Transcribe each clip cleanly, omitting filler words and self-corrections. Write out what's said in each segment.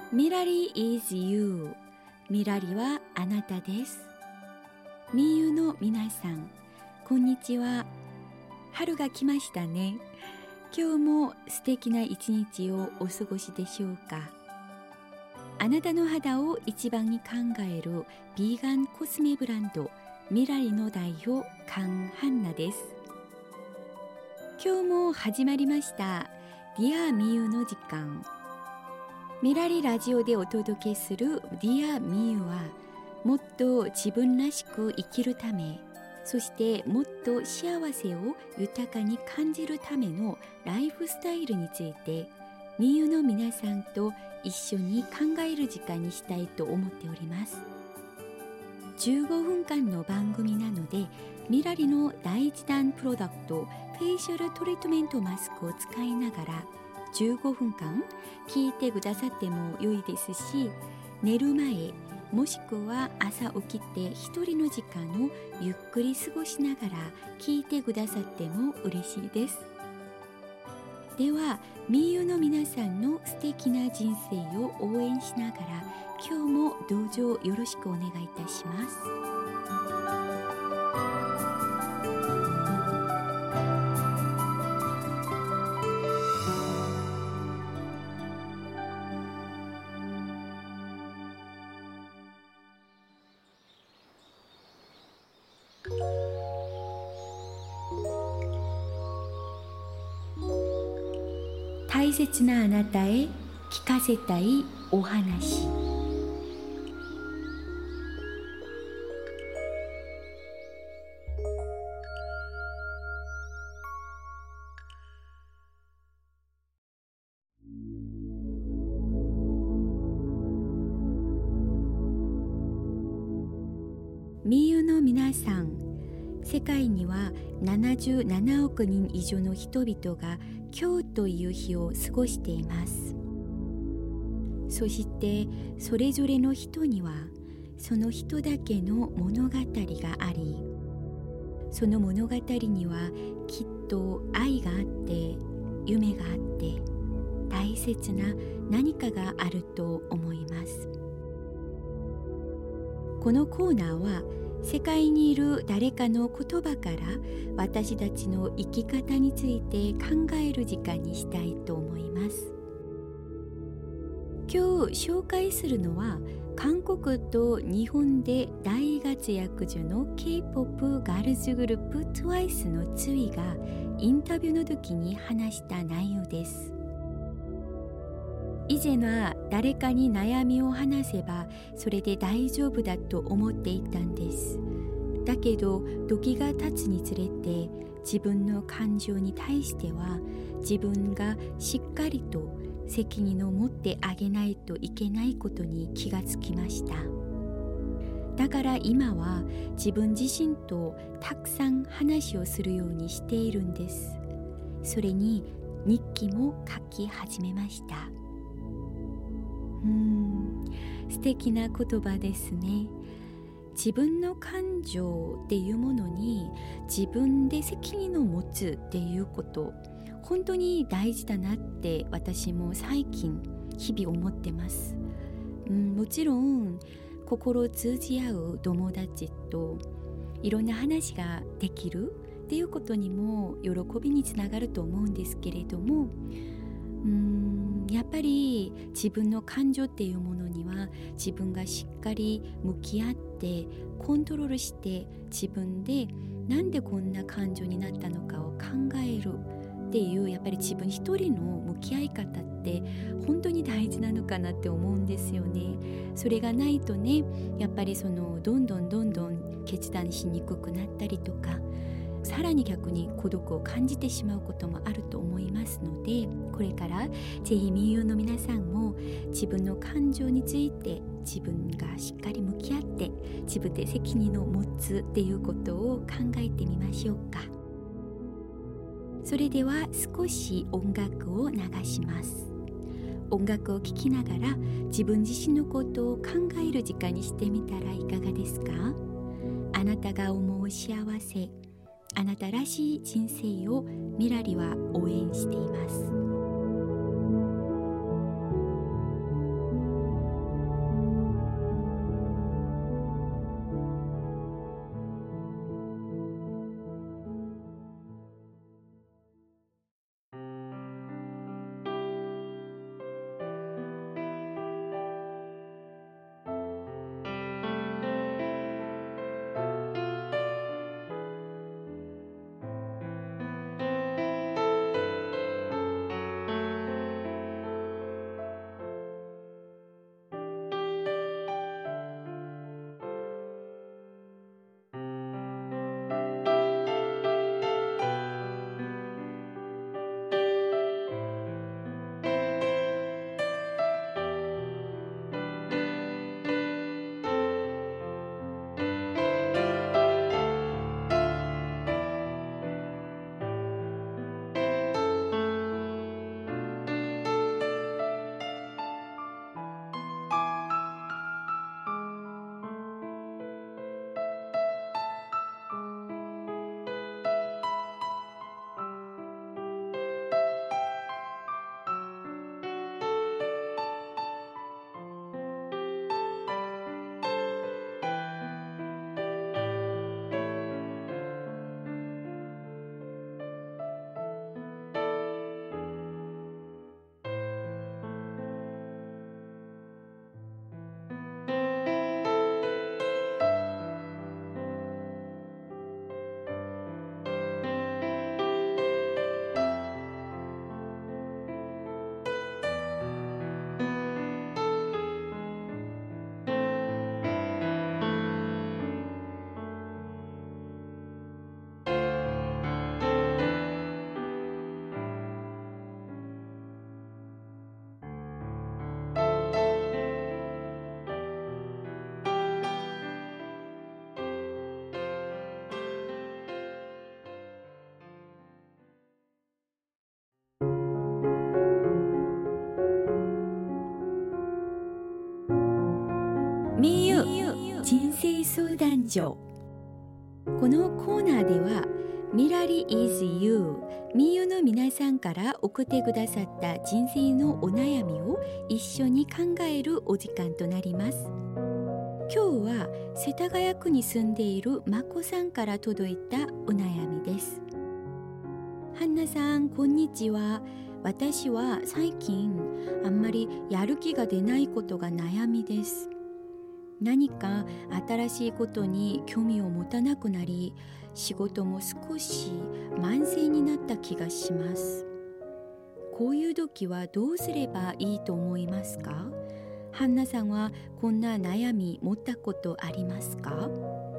ミラリ is you。 ミラリはあなたです。みゆの皆さん、こんにちは。春が来ましたね。今日も素敵な一日をお過ごしでしょうか。あなたの肌を一番に考えるビーガンコスメブランドミラリの代表カン・ハンナです。今日も始まりましたディア・ミユの時間。ミラリラジオでお届けするディア・ミユは、もっと自分らしく生きるため、そしてもっと幸せを豊かに感じるためのライフスタイルについて、ミユの皆さんと一緒に考える時間にしたいと思っております。15分間の番組なので、ミラリの第一弾プロダクトフェイシャルトリートメントマスクを使いながら15分間聞いてくださっても良いですし、寝る前もしくは朝起きて一人の時間をゆっくり過ごしながら聞いてくださっても嬉しいです。では、みゆの皆さんの素敵な人生を応援しながら、今日もどうぞよろしくお願いいたします。大切なあなたへ聞かせたいお話。みゆの皆さん、世界には77億人以上の人々が今日という日を過ごしています。そしてそれぞれの人にはその人だけの物語があり、その物語にはきっと愛があって夢があって大切な何かがあると思います。このコーナーは世界にいる誰かの言葉から私たちの生き方について考える時間にしたいと思います。今日紹介するのは、韓国と日本で大活躍中の K-POP ガールズグループ TWICE のツイがインタビューの時に話した内容です。以前は誰かに悩みを話せばそれで大丈夫だと思っていたんです。だけど時が経つにつれて、自分の感情に対しては自分がしっかりと責任を持ってあげないといけないことに気がつきました。だから今は自分自身とたくさん話をするようにしているんです。それに日記も書き始めました。素敵な言葉ですね。自分の感情っていうものに自分で責任を持つっていうこと、本当に大事だなって私も最近日々思ってます。もちろん心通じ合う友達といろんな話ができるっていうことにも喜びにつながると思うんですけれども、やっぱり自分の感情っていうものには自分がしっかり向き合ってコントロールして、自分でなんでこんな感情になったのかを考えるっていう、やっぱり自分一人の向き合い方って本当に大事なのかなって思うんですよね。それがないとね、やっぱりどんどん決断しにくくなったりとか、さらに逆に孤独を感じてしまうこともあると思いますので、これからぜひみゆの皆さんも自分の感情について自分がしっかり向き合って自分で責任を持つっていうことを考えてみましょうか。それでは少し音楽を流します。音楽を聴きながら自分自身のことを考える時間にしてみたらいかがですか？あなたが思う幸せ、あなたらしい人生をミラリは応援しています。 相談所。このコーナーではミラリ is you みゆの皆さんから送ってくださった人生のお悩みを一緒に考えるお時間となります。今日は世田谷区に住んでいるまこさんから届いたお悩みです。ハンナさん、こんにちは。私は最近あんまりやる気が出ないことが悩みです。何か新しいことに興味を持たなくなり、仕事も少し慢性になった気がします。こういう時はどうすればいいと思いますか？ハンナさんはこんな悩み持ったことありますか？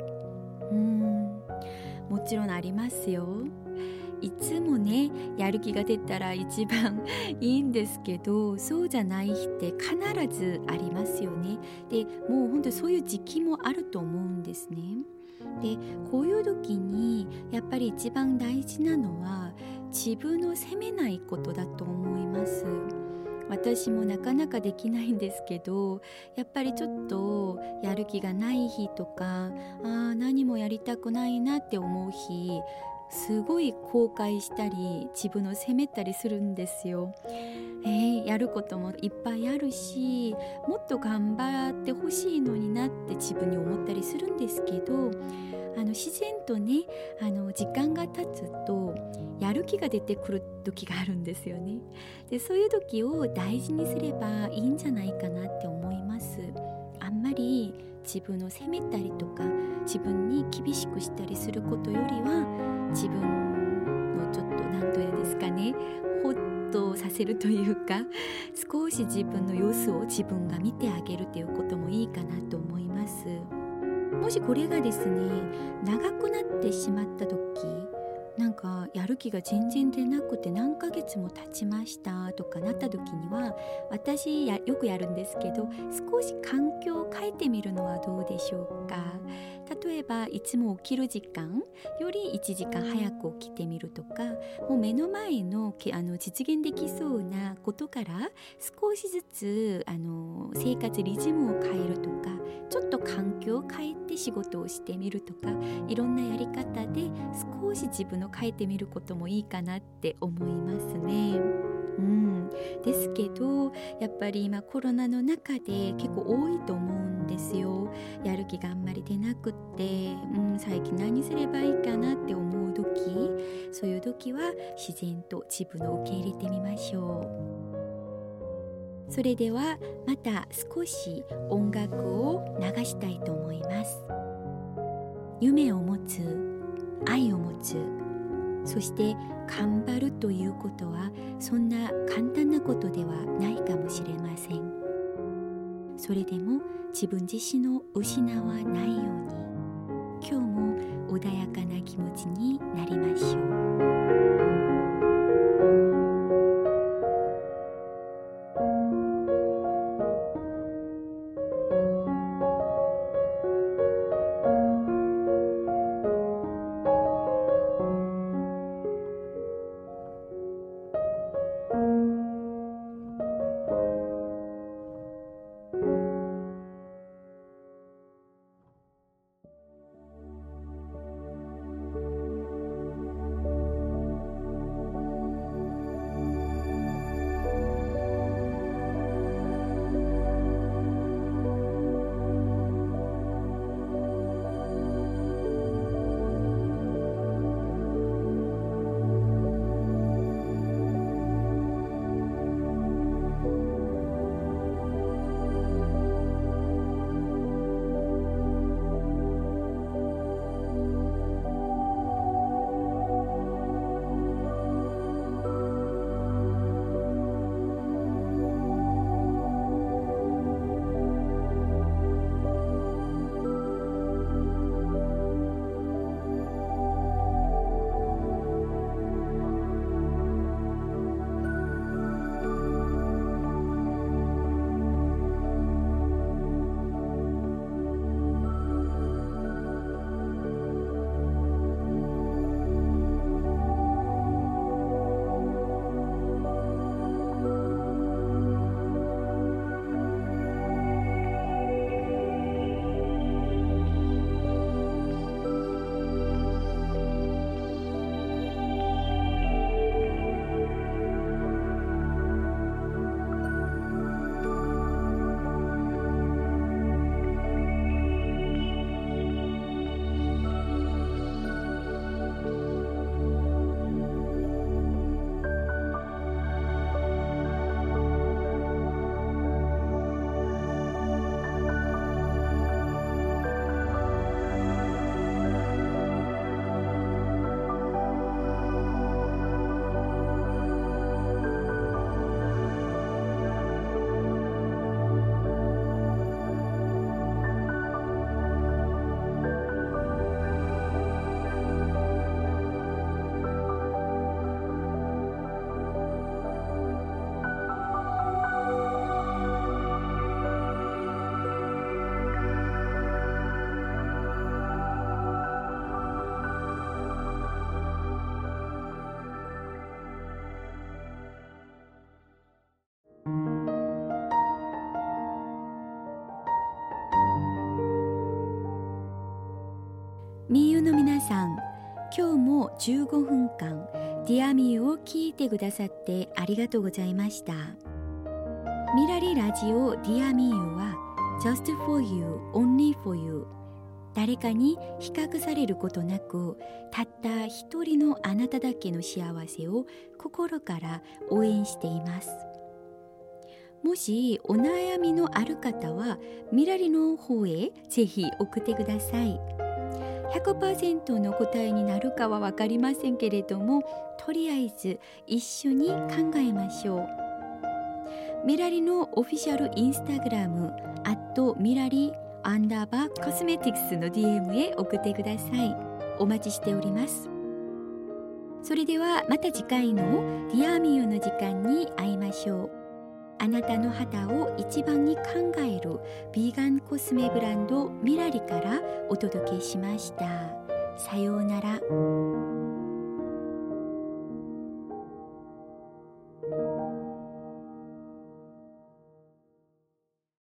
もちろんありますよ。いつもね、やる気が出たら一番いいんですけど、そうじゃない日って必ずありますよね。で、もう本当にそういう時期もあると思うんですね。で、こういう時にやっぱり一番大事なのは自分を責めないことだと思います。私もなかなかできないんですけど、やっぱりちょっとやる気がない日とか、何もやりたくないなって思う日、すごい後悔したり自分を責めたりするんですよ。やることもいっぱいあるし、もっと頑張ってほしいのになって自分に思ったりするんですけど、自然とね、時間が経つとやる気が出てくる時があるんですよね。で、そういう時を大事にすればいいんじゃないかなって思います。あんまり自分を責めたりとか自分に厳しくしたりすることよりは、自分のちょっと何というんですかね、ほっとさせるというか、少し自分の様子を自分が見てあげるということもいいかなと思います。もしこれがですね、長くなってしまった時、なんかやる気が全然出なくて何ヶ月も経ちましたとかなった時には、私よくやるんですけど、少し環境を変えてみるのはどうでしょうか。例えばいつも起きる時間より1時間早く起きてみるとか、もう目の前の実現できそうなことから少しずつ生活リズムを変えるとか、ちょっと環境を変えて仕事をしてみるとか、いろんなやり方で少し自分を変えてみることもいいかなって思いますね。ですけど、やっぱり今コロナの中で結構多いと思うんですよ。やる気があんまり出なくって、最近何すればいいかなって思う時、そういう時は自然と自分を受け入れてみましょう。それではまた少し音楽を流したいと思います。夢を持つ、愛を持つ、そして頑張るということはそんな簡単なことではないかもしれません。それでも自分自身を失わないように、今日も穏やかな気持ちになりましょう。 今日も15分間ディアミューを聞いてくださってありがとうございました。ミラリラジオディアミューは Just for you, only for you、 誰かに比較されることなく、たった一人のあなただけの幸せを心から応援しています。もしお悩みのある方はミラリの方へぜひ送ってください。100% の答えになるかは分かりませんけれども、とりあえず一緒に考えましょう。ミラリのオフィシャルインスタグラムミラリ_コスメティクスの DM へ送ってください。お待ちしております。それではまた次回のディアミューの時間に会いましょう。あなたの肌を一番に考えるビーガンコスメブランドミラリからお届けしました。さようなら。